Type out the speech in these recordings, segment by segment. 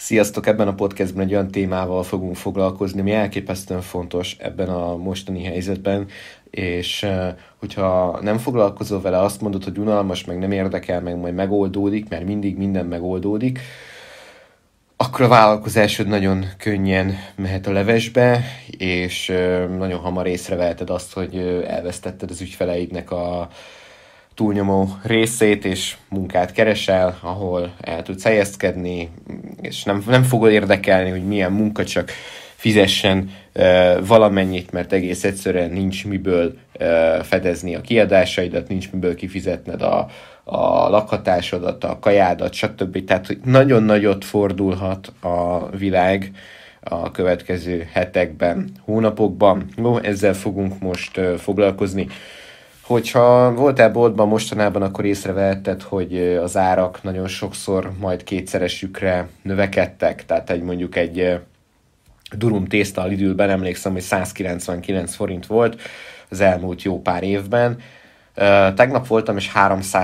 Sziasztok! Ebben a podcastben egy olyan témával fogunk foglalkozni, ami elképesztően fontos ebben a mostani helyzetben, és hogyha nem foglalkozol vele, azt mondod, hogy unalmas, meg nem érdekel, meg majd megoldódik, mert mindig minden megoldódik, akkor a vállalkozásod nagyon könnyen mehet a levesbe, és nagyon hamar észreveheted azt, hogy elvesztetted az ügyfeleidnek a túlnyomó részét, és munkát keresel, ahol el tudsz helyezkedni, és nem fogod érdekelni, hogy milyen munka, csak fizessen valamennyit, mert egész egyszerűen nincs miből fedezni a kiadásaidat, nincs miből kifizetned a lakhatásodat, a kajádat, stb. Tehát, hogy nagyon nagyot fordulhat a világ a következő hetekben, hónapokban. Ezzel fogunk most foglalkozni. Hogyha voltál boltban mostanában, akkor észrevehetted, hogy az árak nagyon sokszor majd kétszeresükre növekedtek. Tehát mondjuk egy durum tészta a Lidlben, emlékszem, hogy 199 forint volt az elmúlt jó pár évben. Tegnap voltam, és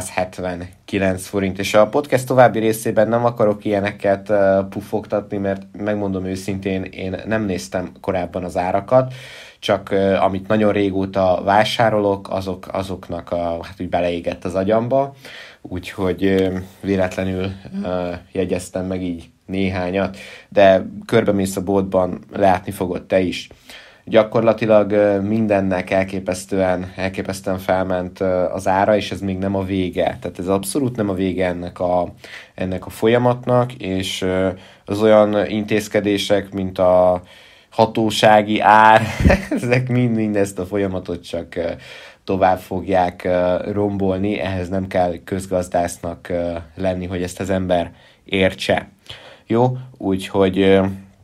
379 forint, és a podcast további részében nem akarok ilyeneket puffogtatni, mert megmondom őszintén, én nem néztem korábban az árakat, csak amit nagyon régóta vásárolok, azoknak úgy beleégett az agyamba, úgyhogy véletlenül jegyeztem meg így néhányat, de körbemész a boltban, látni fogod te is. Gyakorlatilag mindennek elképesztően felment az ára, és ez még nem a vége. Tehát ez abszolút nem a vége ennek a folyamatnak, és az olyan intézkedések, mint a hatósági ár, ezek mind ezt a folyamatot csak tovább fogják rombolni, ehhez nem kell közgazdásznak lenni, hogy ezt az ember értse. Jó, úgyhogy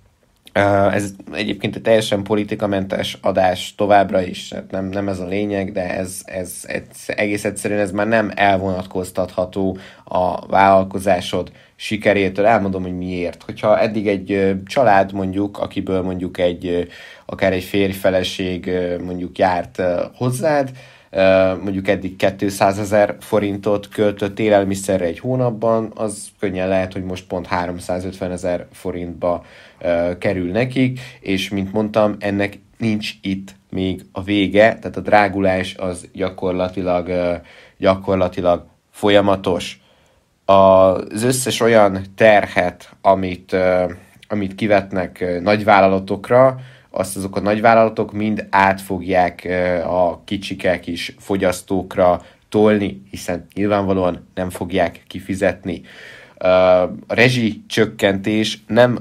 ez egyébként egy teljesen politikamentes adás továbbra is, nem ez a lényeg, de ez egész egyszerűen ez már nem elvonatkoztatható a vállalkozásod sikerétől. Elmondom, hogy miért. Hogyha eddig egy család mondjuk, akiből mondjuk akár egy férj-feleség mondjuk járt hozzád, mondjuk eddig 200 000 forintot költött élelmiszerre egy hónapban, az könnyen lehet, hogy most pont 350 000 forintba kerül nekik, és mint mondtam, ennek nincs itt még a vége, tehát a drágulás az gyakorlatilag folyamatos. Az összes olyan terhet, amit kivetnek nagyvállalatokra, azt azok a nagyvállalatok mind át fogják a kicsikek is fogyasztókra tolni, hiszen nyilvánvalóan nem fogják kifizetni. A rezsicsökkentés nem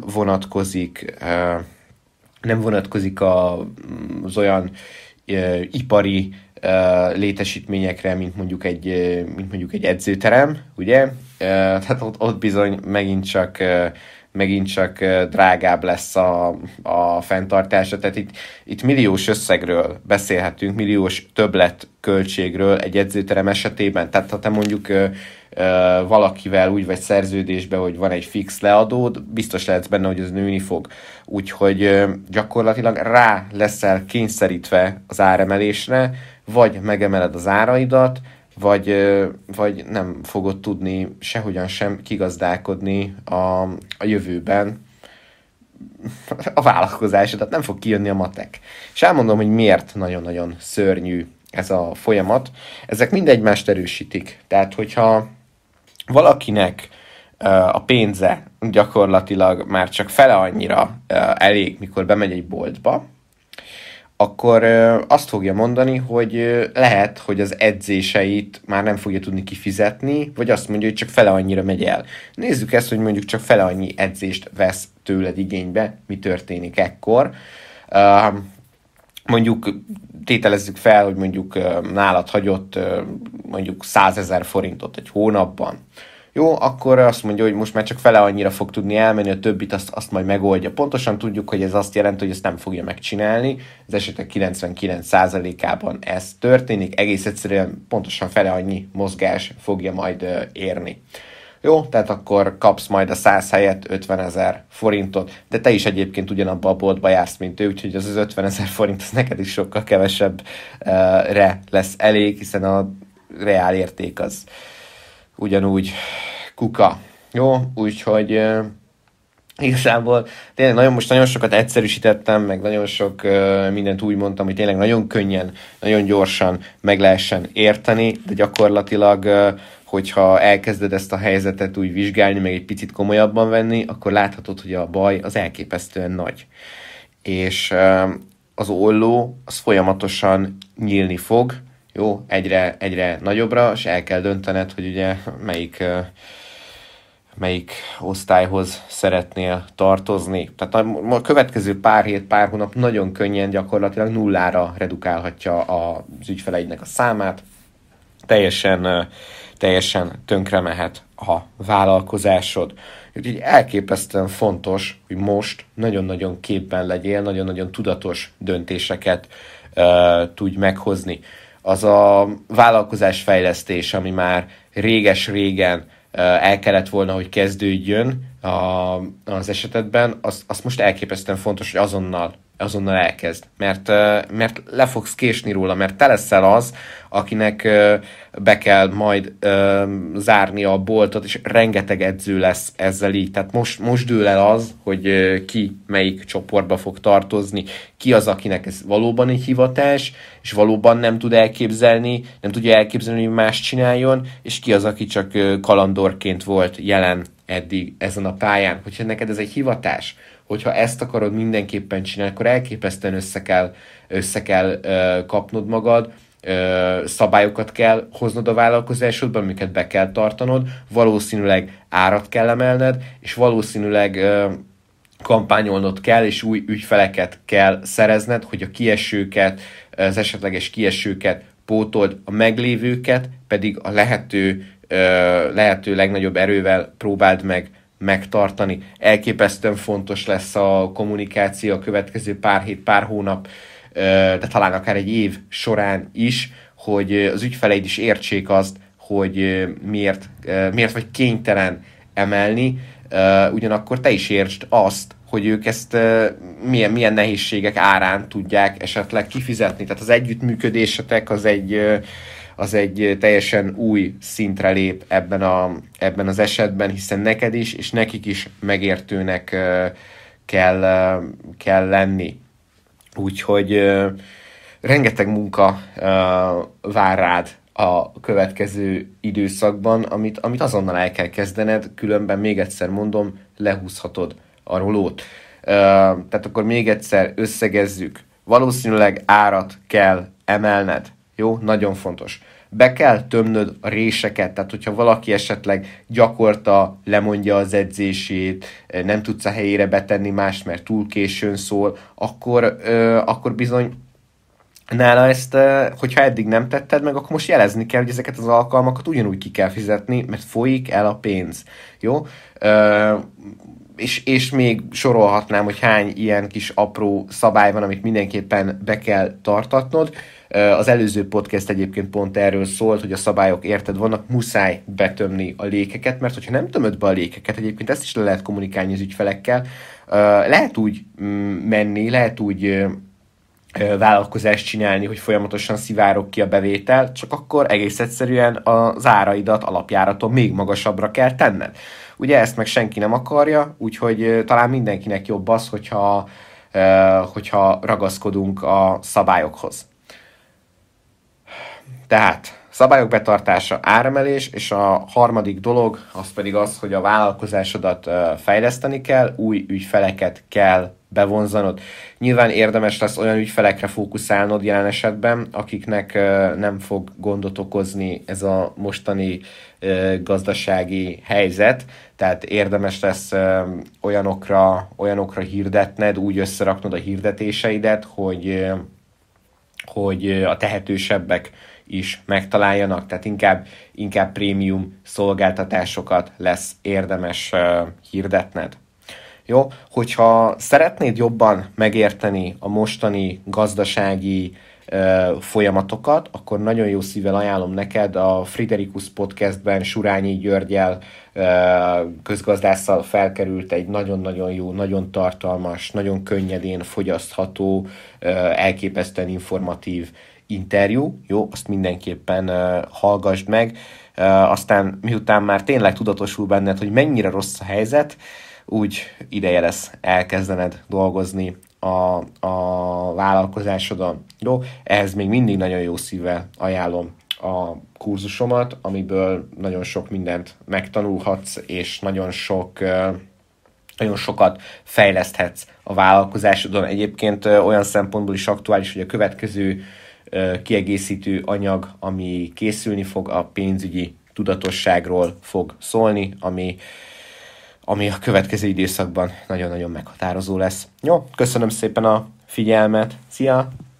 vonatkozik az olyan ipari létesítményekre, mint mondjuk egy edzőterem, ugye? Tehát ott bizony megint csak drágább lesz a fenntartása. Tehát itt milliós összegről beszélhetünk, milliós többletköltségről egy edzőterem esetében. Tehát ha te mondjuk valakivel úgy vagy szerződésben, hogy van egy fix leadód, biztos lehetsz benne, hogy az nőni fog. Úgyhogy gyakorlatilag rá leszel kényszerítve az áremelésre, vagy megemeled az áraidat, vagy nem fogod tudni sehogyan sem kigazdálkodni a jövőben a vállalkozásodat, nem fog kijönni a matek. És elmondom, hogy miért nagyon-nagyon szörnyű ez a folyamat. Ezek mind egymást erősítik. Tehát, hogyha valakinek a pénze gyakorlatilag már csak fele annyira elég, mikor bemegy egy boltba, akkor azt fogja mondani, hogy lehet, hogy az edzéseit már nem fogja tudni kifizetni, vagy azt mondja, hogy csak fele annyira megy el. Nézzük ezt, hogy mondjuk csak fele annyi edzést vesz tőled igénybe, mi történik ekkor. Mondjuk tételezzük fel, hogy mondjuk nálad hagyott mondjuk 100 000 forintot egy hónapban. Jó, akkor azt mondja, hogy most már csak fele annyira fog tudni elmenni, a többit azt majd megoldja. Pontosan tudjuk, hogy ez azt jelenti, hogy ezt nem fogja megcsinálni. Az esetek 99%-ában ez történik, egész egyszerűen pontosan fele annyi mozgás fogja majd érni. Jó, tehát akkor kapsz majd a 100 helyett 50 000 forintot, de te is egyébként ugyanabba a boltba jársz, mint ő, úgyhogy az 50 000 forint az neked is sokkal kevesebbre lesz elég, hiszen a reál érték az ugyanúgy kuka. Jó, úgyhogy Igazából tényleg nagyon sokat egyszerűsítettem, meg nagyon sok mindent úgy mondtam, hogy tényleg nagyon könnyen, nagyon gyorsan meg lehessen érteni, de gyakorlatilag, hogyha elkezded ezt a helyzetet úgy vizsgálni, meg egy picit komolyabban venni, akkor láthatod, hogy a baj az elképesztően nagy. És az olló az folyamatosan nyílni fog, jó, egyre nagyobbra, és el kell döntened, hogy ugye melyik osztályhoz szeretnél tartozni. Tehát a következő pár hét, pár hónap nagyon könnyen gyakorlatilag nullára redukálhatja az ügyfeleidnek a számát. Teljesen tönkre mehet a vállalkozásod. Úgyhogy elképesztően fontos, hogy most nagyon-nagyon képben legyél, nagyon-nagyon tudatos döntéseket tudj meghozni. Az a vállalkozásfejlesztés, ami már réges-régen el kellett volna, hogy kezdődjön az esetedben, az most elképesztően fontos, hogy azonnal elkezd. Mert le fogsz késni róla, mert te leszel az, akinek be kell majd zárni a boltot, és rengeteg edző lesz ezzel így. Tehát most dől el az, hogy ki melyik csoportba fog tartozni, ki az, akinek ez valóban egy hivatás, és valóban nem tudja elképzelni, hogy más csináljon, és ki az, aki csak kalandorként volt jelen eddig ezen a pályán. Hogyha neked ez egy hivatás, hogyha ezt akarod mindenképpen csinálni, akkor elképesztően össze kell kapnod magad, szabályokat kell hoznod a vállalkozásodban, amiket be kell tartanod, valószínűleg árat kell emelned, és valószínűleg kampányolnod kell, és új ügyfeleket kell szerezned, hogy a kiesőket, az esetleges kiesőket pótold, a meglévőket pedig a lehető legnagyobb erővel próbáld meg megtartani. Elképesztően fontos lesz a kommunikáció a következő pár hét, pár hónap, de talán akár egy év során is, hogy az ügyfeleid is értsék azt, hogy miért vagy kénytelen emelni, ugyanakkor te is értsd azt, hogy ők ezt milyen nehézségek árán tudják esetleg kifizetni. Tehát az együttműködésetek az egy teljesen új szintre lép ebben az esetben, hiszen neked is, és nekik is megértőnek kell lenni. Úgyhogy rengeteg munka vár rád a következő időszakban, amit azonnal el kell kezdened, különben még egyszer mondom, lehúzhatod a rolót. Tehát akkor még egyszer összegezzük. Valószínűleg árat kell emelned. Jó? Nagyon fontos. Be kell tömnöd a réseket, tehát hogyha valaki esetleg gyakorta lemondja az edzését, nem tudsz a helyére betenni mást, mert túl későn szól, akkor bizony nála ezt, hogyha eddig nem tetted meg, akkor most jelezni kell, hogy ezeket az alkalmakat ugyanúgy ki kell fizetni, mert folyik el a pénz. Jó? És még sorolhatnám, hogy hány ilyen kis apró szabály van, amit mindenképpen be kell tartatnod. Az előző podcast egyébként pont erről szólt, hogy a szabályok érted vannak, muszáj betömni a lékeket, mert hogyha nem tömöd be a lékeket, egyébként ezt is le lehet kommunikálni az ügyfelekkel, lehet úgy menni, lehet úgy vállalkozást csinálni, hogy folyamatosan szivárog ki a bevétel, csak akkor egész egyszerűen az áraidat alapjáraton még magasabbra kell tenned. Ugye ezt meg senki nem akarja, úgyhogy talán mindenkinek jobb az, hogyha ragaszkodunk a szabályokhoz. Tehát szabályok betartása, áremelés, és a harmadik dolog az pedig az, hogy a vállalkozásodat fejleszteni kell, új ügyfeleket kell bevonzanod. Nyilván érdemes lesz olyan ügyfelekre fókuszálnod jelen esetben, akiknek nem fog gondot okozni ez a mostani gazdasági helyzet, tehát érdemes lesz olyanokra hirdetned, úgy összeraknod a hirdetéseidet, hogy a tehetősebbek is megtaláljanak, tehát inkább prémium szolgáltatásokat lesz érdemes hirdetned. Jó, hogyha szeretnéd jobban megérteni a mostani gazdasági folyamatokat, akkor nagyon jó szívvel ajánlom neked a Friderikus Podcastben Surányi Györggyel közgazdásszal felkerült egy nagyon-nagyon jó, nagyon tartalmas, nagyon könnyedén fogyasztható, elképesztően informatív interjú. Jó, azt mindenképpen hallgassd meg. Aztán miután már tényleg tudatosul benned, hogy mennyire rossz a helyzet, úgy ideje lesz elkezdened dolgozni a vállalkozásodon. Jó? Ehhez még mindig nagyon jó szívvel ajánlom a kurzusomat, amiből nagyon sok mindent megtanulhatsz, és nagyon sokat fejleszthetsz a vállalkozásodon. Egyébként olyan szempontból is aktuális, hogy a következő kiegészítő anyag, ami készülni fog, a pénzügyi tudatosságról fog szólni, ami a következő időszakban nagyon-nagyon meghatározó lesz. Jó, köszönöm szépen a figyelmet, szia!